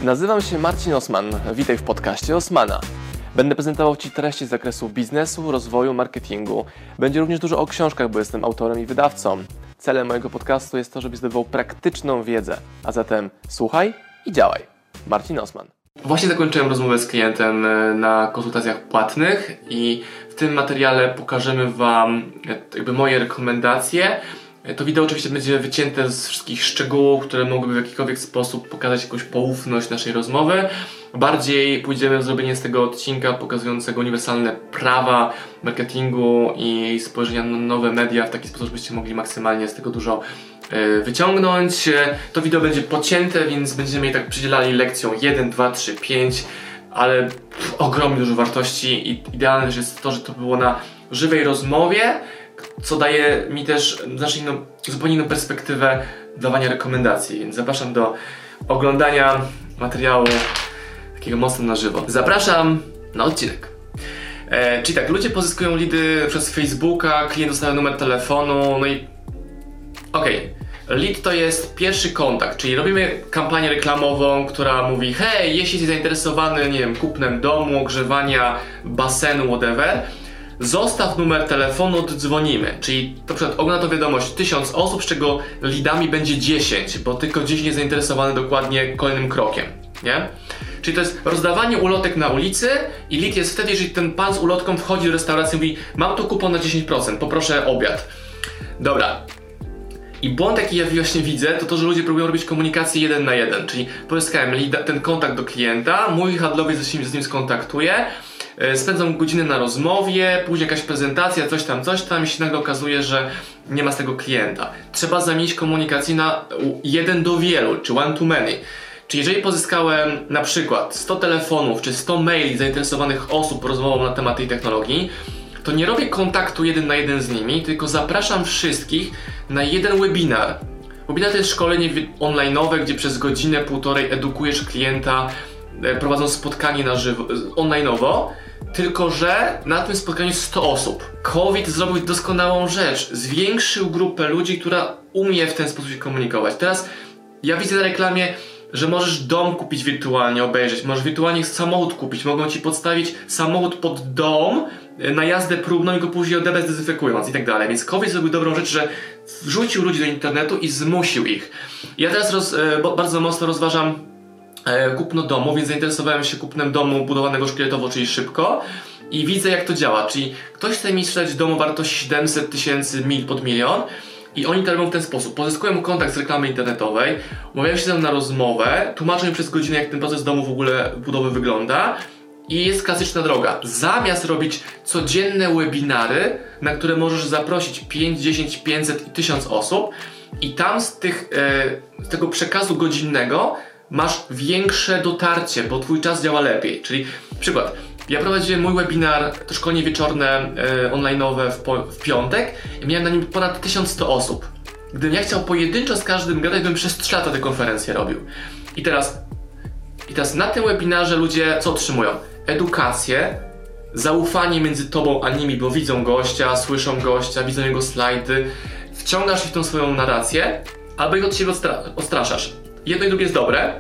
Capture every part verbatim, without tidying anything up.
Nazywam się Marcin Osman. Witaj w podcaście Osmana. Będę prezentował Ci treści z zakresu biznesu, rozwoju, marketingu. Będzie również dużo o książkach, bo jestem autorem i wydawcą. Celem mojego podcastu jest to, żebyś zdobywał praktyczną wiedzę. A zatem słuchaj i działaj. Marcin Osman. Właśnie zakończyłem rozmowę z klientem na konsultacjach płatnych i w tym materiale pokażemy Wam jakby moje rekomendacje. To wideo oczywiście będzie wycięte z wszystkich szczegółów, które mogłyby w jakikolwiek sposób pokazać jakąś poufność naszej rozmowy. Bardziej pójdziemy w zrobienie z tego odcinka pokazującego uniwersalne prawa marketingu i spojrzenia na nowe media w taki sposób, żebyście mogli maksymalnie z tego dużo yy, wyciągnąć. To wideo będzie pocięte, więc będziemy je tak przydzielali lekcjom jeden, dwa, trzy, pięć, ale pff, ogromnie dużo wartości i idealne też jest to, że to było na żywej rozmowie, co daje mi też znacznie inną, zupełnie inną perspektywę dawania rekomendacji, więc zapraszam do oglądania materiału takiego mocno na żywo. Zapraszam na odcinek. E, czyli tak, ludzie pozyskują lidy przez Facebooka, klient dostał numer telefonu, no i okej. Okay. Lead to jest pierwszy kontakt, czyli robimy kampanię reklamową, która mówi: hej, jeśli jesteś zainteresowany, nie wiem, kupnem domu, ogrzewania, basenu, whatever, zostaw numer telefonu, oddzwonimy. Czyli na przykład ogląda to wiadomość tysiąc osób, z czego leadami będzie dziesięć, bo tylko dziesięć jest zainteresowane dokładnie kolejnym krokiem, nie? Czyli to jest rozdawanie ulotek na ulicy i lead jest wtedy, jeżeli ten pan z ulotką wchodzi do restauracji i mówi: mam tu kupon na dziesięć procent, poproszę obiad. Dobra. I błąd, jaki ja właśnie widzę, to to, że ludzie próbują robić komunikację jeden na jeden, czyli pozyskałem lead, ten kontakt do klienta, mój handlowiec się z nim skontaktuje, spędzam godzinę na rozmowie, później jakaś prezentacja, coś tam, coś tam i się nagle okazuje, że nie ma z tego klienta. Trzeba zamienić komunikację na jeden do wielu, czy one to many. Czyli jeżeli pozyskałem na przykład sto telefonów, czy sto maili zainteresowanych osób rozmową na temat tej technologii, to nie robię kontaktu jeden na jeden z nimi, tylko zapraszam wszystkich na jeden webinar. Webinar to jest szkolenie online'owe, gdzie przez godzinę, półtorej edukujesz klienta, prowadząc spotkanie na żywo, online'owo, tylko że na tym spotkaniu jest sto osób. COVID zrobił doskonałą rzecz, zwiększył grupę ludzi, która umie w ten sposób się komunikować. Teraz ja widzę na reklamie, że możesz dom kupić wirtualnie, obejrzeć, możesz wirtualnie samochód kupić, mogą Ci podstawić samochód pod dom na jazdę próbną i go później odebrać dezynfekując i tak dalej. Więc COVID zrobił dobrą rzecz, że wrzucił ludzi do internetu i zmusił ich. Ja teraz roz, bardzo mocno rozważam kupno domu, więc zainteresowałem się kupnem domu budowanego szkieletowo, czyli szybko, i widzę, jak to działa. Czyli ktoś chce mi sprzedać dom o wartości siedemset tysięcy mil pod milion i oni to robią w ten sposób. Pozyskują kontakt z reklamy internetowej, umawiają się ze mną na rozmowę, tłumaczą mi przez godzinę, jak ten proces domu w ogóle budowy wygląda i jest klasyczna droga. Zamiast robić codzienne webinary, na które możesz zaprosić pięć, dziesięć, pięćset i tysiąc osób i tam z, tych, e, z tego przekazu godzinnego masz większe dotarcie, bo twój czas działa lepiej. Czyli przykład, ja prowadziłem mój webinar, to szkolenie wieczorne, e, online'owe w, po, w piątek i miałem na nim ponad tysiąc sto osób. Gdybym ja chciał pojedynczo z każdym gadać, bym przez trzy lata tę konferencję robił. I teraz, I teraz na tym webinarze ludzie co otrzymują? Edukację, zaufanie między tobą a nimi, bo widzą gościa, słyszą gościa, widzą jego slajdy, wciągasz ich w tą swoją narrację, albo ich od siebie odstra odstraszasz. Jedno i drugie jest dobre,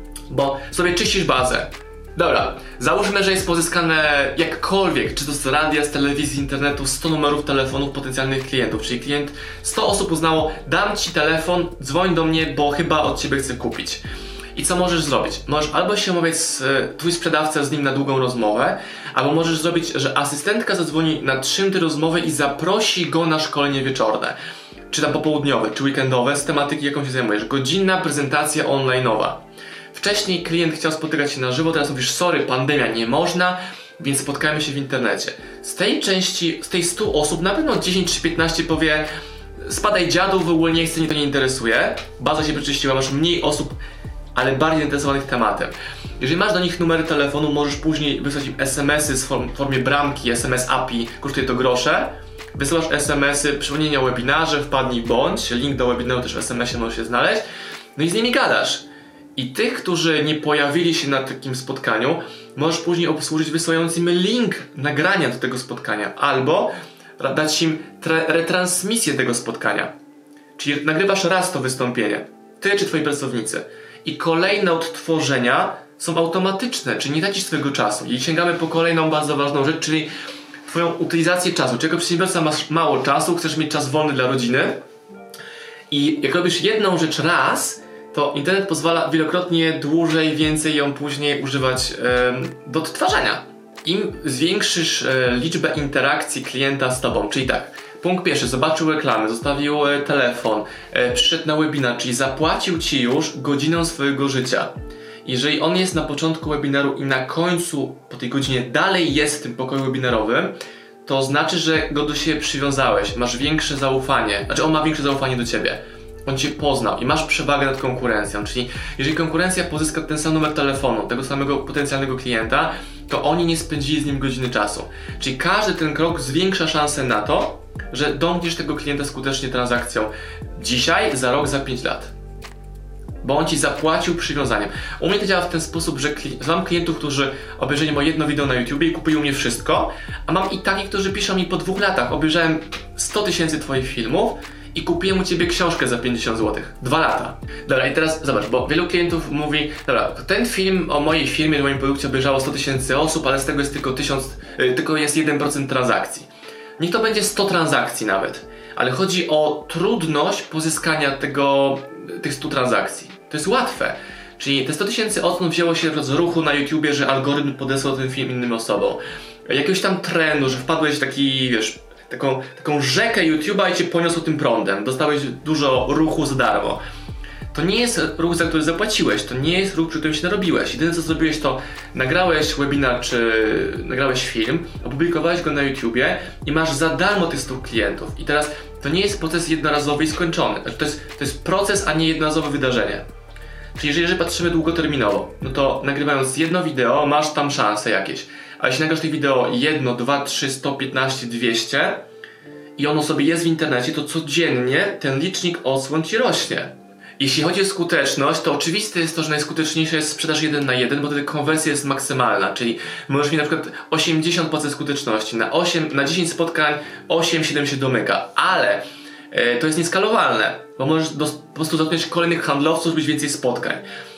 bo sobie czyścisz bazę. Dobra, załóżmy, że jest pozyskane jakkolwiek, czy to z radia, z telewizji, internetu, sto numerów telefonów potencjalnych klientów, czyli klient, sto osób uznało: dam Ci telefon, dzwoń do mnie, bo chyba od Ciebie chcę kupić. I co możesz zrobić? Możesz albo się umówić z twój sprzedawca z nim na długą rozmowę, albo możesz zrobić, że asystentka zadzwoni na trzy minuty rozmowy i zaprosi go na szkolenie wieczorne, czy tam popołudniowe, czy weekendowe, z tematyki, jaką się zajmujesz. Godzinna prezentacja online'owa. Wcześniej klient chciał spotykać się na żywo, teraz mówisz: sorry, pandemia, nie można, więc spotkajmy się w internecie. Z tej części, z tej stu osób na pewno dziesięć czy piętnaście powie: spadaj dziadu, w ogóle nie chcę, mnie to nie interesuje. Baza się wyczyściła, masz mniej osób, ale bardziej zainteresowanych tematem. Jeżeli masz do nich numery telefonu, możesz później wysłać im es em esy w form, formie bramki, es em es A P I, kosztuje to grosze. Wysyłasz es em esy, przypomnienia o webinarze, wpadnij bądź, link do webinaru też w es em esie możesz się znaleźć, no i z nimi gadasz. I tych, którzy nie pojawili się na takim spotkaniu, możesz później obsłużyć wysyłając im link nagrania do tego spotkania, albo dać im retransmisję tego spotkania. Czyli nagrywasz raz to wystąpienie, ty czy twoi pracownicy, i kolejne odtworzenia są automatyczne, czyli nie tracisz swojego czasu. I sięgamy po kolejną bardzo ważną rzecz, czyli twoją utylizację czasu. Czyli jako przedsiębiorca masz mało czasu, chcesz mieć czas wolny dla rodziny i jak robisz jedną rzecz raz, to internet pozwala wielokrotnie dłużej, więcej ją później używać e, do odtwarzania. Im zwiększysz e, liczbę interakcji klienta z tobą, czyli tak, punkt pierwszy, zobaczył reklamę, zostawił e, telefon, e, przyszedł na webinar, czyli zapłacił ci już godzinę swojego życia. Jeżeli on jest na początku webinaru i na końcu, po tej godzinie, dalej jest w tym pokoju webinarowym, to znaczy, że go do siebie przywiązałeś, masz większe zaufanie, znaczy on ma większe zaufanie do ciebie. On cię poznał i masz przewagę nad konkurencją, czyli jeżeli konkurencja pozyska ten sam numer telefonu, tego samego potencjalnego klienta, to oni nie spędzili z nim godziny czasu. Czyli każdy ten krok zwiększa szansę na to, że domkniesz tego klienta skutecznie transakcją dzisiaj, za rok, za pięć lat. Bo on ci zapłacił przywiązaniem. U mnie to działa w ten sposób, że kli- mam klientów, którzy obejrzeli moje jedno wideo na YouTubie i kupują mnie wszystko, a mam i takich, którzy piszą mi po dwóch latach, obejrzałem sto tysięcy twoich filmów i kupiłem u ciebie książkę za pięćdziesiąt złotych. Dwa lata. Dobra, i teraz zobacz, bo wielu klientów mówi, dobra, ten film o mojej firmie, o moim produkcie obejrzało sto tysięcy osób, ale z tego jest tylko tysiąc, yy, tylko jest jeden procent transakcji. Niech to będzie sto transakcji nawet, ale chodzi o trudność pozyskania tego, tych stu transakcji. To jest łatwe. Czyli te sto tysięcy osób wzięło się z ruchu na YouTubie, że algorytm podesłał ten film innym osobom. Jakiegoś tam trendu, że wpadłeś w taki, wiesz, taką, taką rzekę YouTube'a i cię poniosło tym prądem. Dostałeś dużo ruchu za darmo. To nie jest ruch, za który zapłaciłeś, to nie jest ruch, przy którym się narobiłeś. Jedyne co zrobiłeś, to nagrałeś webinar czy nagrałeś film, opublikowałeś go na YouTubie i masz za darmo tych stu klientów. I teraz to nie jest proces jednorazowy i skończony. To jest, to jest proces, a nie jednorazowe wydarzenie. Czyli jeżeli, jeżeli patrzymy długoterminowo, no to nagrywając jedno wideo masz tam szanse jakieś. A jeśli nagrasz tych wideo jedno, dwa, trzy, sto piętnaście, dwieście i ono sobie jest w internecie, to codziennie ten licznik odsłon ci rośnie. Jeśli chodzi o skuteczność, to oczywiste jest to, że najskuteczniejsza jest sprzedaż jeden na jeden, bo wtedy konwersja jest maksymalna, czyli możesz mieć na przykład osiemdziesiąt procent skuteczności, na, osiem, na dziesięć spotkań osiem siedem się domyka, ale e, to jest nieskalowalne, bo możesz do, po prostu dotknąć kolejnych handlowców, zrobić więcej spotkań.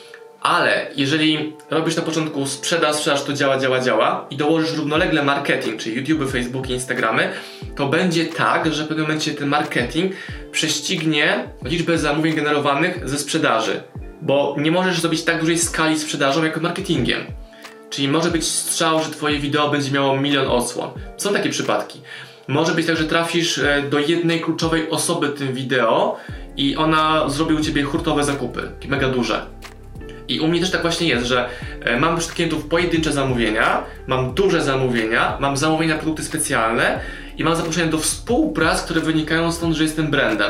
Ale jeżeli robisz na początku sprzedaż, sprzedaż to działa, działa, działa i dołożysz równolegle marketing, czyli YouTube, Facebook, Instagramy, to będzie tak, że w pewnym momencie ten marketing prześcignie liczbę zamówień generowanych ze sprzedaży. Bo nie możesz zrobić tak dużej skali sprzedażą jak marketingiem. Czyli może być strzał, że twoje wideo będzie miało milion odsłon. Są takie przypadki. Może być tak, że trafisz do jednej kluczowej osoby tym wideo i ona zrobi u ciebie hurtowe zakupy, mega duże. I u mnie też tak właśnie jest, że mam wśród klientów pojedyncze zamówienia, mam duże zamówienia, mam zamówienia na produkty specjalne i mam zaproszenia do współprac, które wynikają stąd, że jestem brandem.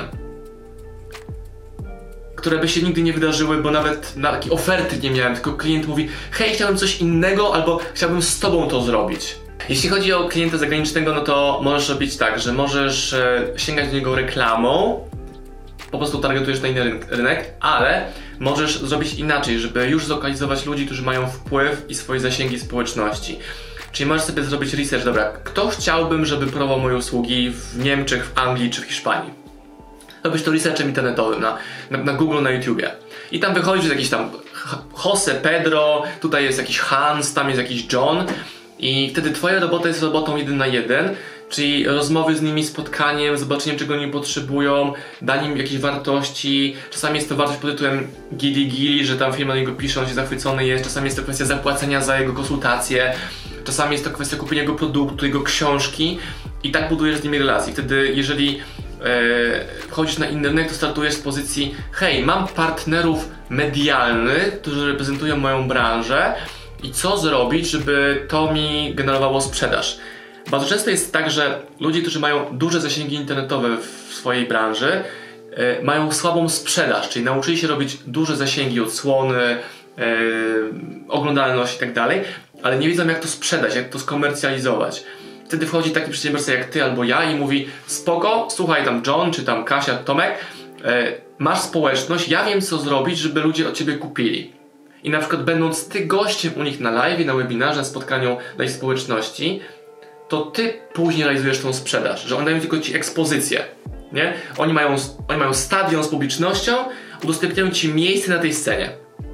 Które by się nigdy nie wydarzyły, bo nawet na takiej oferty nie miałem, tylko klient mówi: hej, chciałbym coś innego albo chciałbym z tobą to zrobić. Jeśli chodzi o klienta zagranicznego, no to możesz robić tak, że możesz e, sięgać do niego reklamą, po prostu targetujesz na inny rynek, ale możesz zrobić inaczej, żeby już zlokalizować ludzi, którzy mają wpływ i swoje zasięgi społeczności. Czyli możesz sobie zrobić research, dobra, kto chciałbym, żeby próbował moje usługi w Niemczech, w Anglii czy w Hiszpanii. Robisz to researchem internetowym na, na, na Google, na YouTubie. I tam wychodzi jakiś tam Jose, Pedro, tutaj jest jakiś Hans, tam jest jakiś John. I wtedy twoja robota jest robotą jeden na jeden, czyli rozmowy z nimi, spotkaniem, zobaczeniem, czego oni potrzebują, daniem im jakiejś wartości. Czasami jest to wartość pod tytułem gili gili, że tam firma na niego pisze, on się zachwycony jest. Czasami jest to kwestia zapłacenia za jego konsultacje. Czasami jest to kwestia kupienia jego produktu, jego książki. I tak budujesz z nimi relacje. Wtedy jeżeli e, wchodzisz na inny rynek, to startujesz z pozycji: hej, mam partnerów medialnych, którzy reprezentują moją branżę. I co zrobić, żeby to mi generowało sprzedaż? Bardzo często jest tak, że ludzie, którzy mają duże zasięgi internetowe w swojej branży, yy, mają słabą sprzedaż, czyli nauczyli się robić duże zasięgi, odsłony, yy, oglądalność i tak dalej, ale nie wiedzą, jak to sprzedać, jak to skomercjalizować. Wtedy wchodzi taki przedsiębiorca jak ty albo ja i mówi: spoko, słuchaj tam John, czy tam Kasia, Tomek, yy, masz społeczność, ja wiem, co zrobić, żeby ludzie od ciebie kupili. I na przykład będąc ty gościem u nich na live, na webinarze, na spotkaniu dla ich społeczności, to ty później realizujesz tą sprzedaż, że oni dają tylko ci ekspozycję, nie? Oni mają, oni mają stadion z publicznością, udostępniają ci miejsce na tej scenie.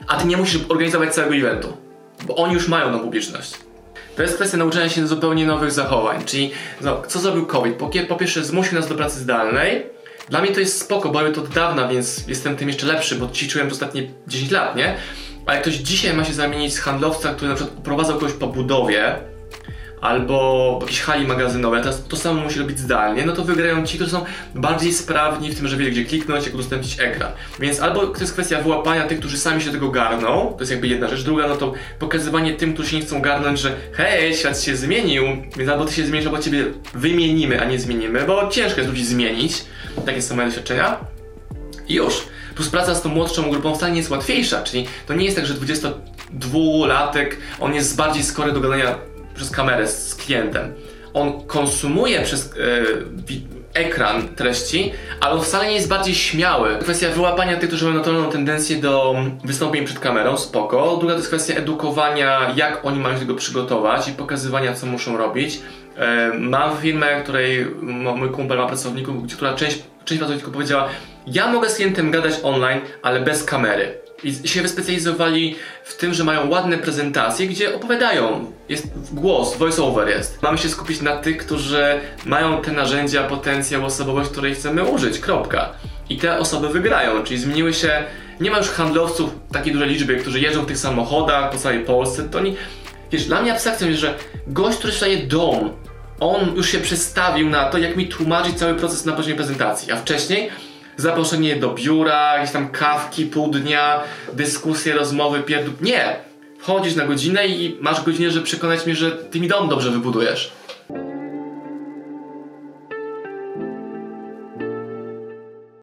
a ty nie musisz organizować całego eventu, bo oni już mają tą publiczność. To jest kwestia nauczenia się zupełnie nowych zachowań, czyli no, co zrobił COVID? Po, po pierwsze zmusił nas do pracy zdalnej. Dla mnie to jest spoko, bo robię to od dawna, więc jestem tym jeszcze lepszy, bo ćwiczyłem przez ostatnie dziesięć lat, nie? A jak ktoś dzisiaj ma się zamienić z handlowca, który na przykład uprowadzał kogoś po budowie, albo jakieś hali magazynowe, teraz to samo musi robić zdalnie, no to wygrają ci, którzy są bardziej sprawni w tym, że wiedzą gdzie kliknąć, jak udostępnić ekran. Więc albo to jest kwestia wyłapania tych, którzy sami się do tego garną, to jest jakby jedna rzecz, druga no to pokazywanie tym, którzy się nie chcą garnąć, że hej, świat się zmienił, więc albo ty się zmienisz, albo ciebie wymienimy, a nie zmienimy, bo ciężko jest ludzi zmienić, takie są moje doświadczenia. I już. Plus praca z tą młodszą grupą wcale nie jest łatwiejsza, czyli to nie jest tak, że dwudziestodwulatek, on jest bardziej skory do gadania przez kamerę z klientem. On konsumuje przez yy, ekran treści, ale on wcale nie jest bardziej śmiały. Kwestia wyłapania tych, którzy mają naturalną tendencję do wystąpień przed kamerą, spoko. Druga to jest kwestia edukowania, jak oni mają się do tego przygotować i pokazywania, co muszą robić. Yy, mam firmę, której mój kumpel ma pracowników, która część, część pracowników powiedziała: ja mogę z klientem gadać online, ale bez kamery. I się wyspecjalizowali w tym, że mają ładne prezentacje, gdzie opowiadają. Jest głos, voice over jest. Mamy się skupić na tych, którzy mają te narzędzia, potencjał, osobowość, której chcemy użyć, kropka. I te osoby wygrają, czyli zmieniły się, nie ma już handlowców w takiej dużej liczbie, którzy jeżdżą w tych samochodach po całej Polsce, to oni, wiesz, dla mnie abstrakcją jest, że gość, który sprzedaje dom, on już się przestawił na to, jak mi tłumaczyć cały proces na poziomie prezentacji, a wcześniej zaproszenie do biura, jakieś tam kawki, pół dnia, dyskusje, rozmowy, pierdół. Nie! Wchodzisz na godzinę i masz godzinę, żeby przekonać mnie, że ty mi dom dobrze wybudujesz.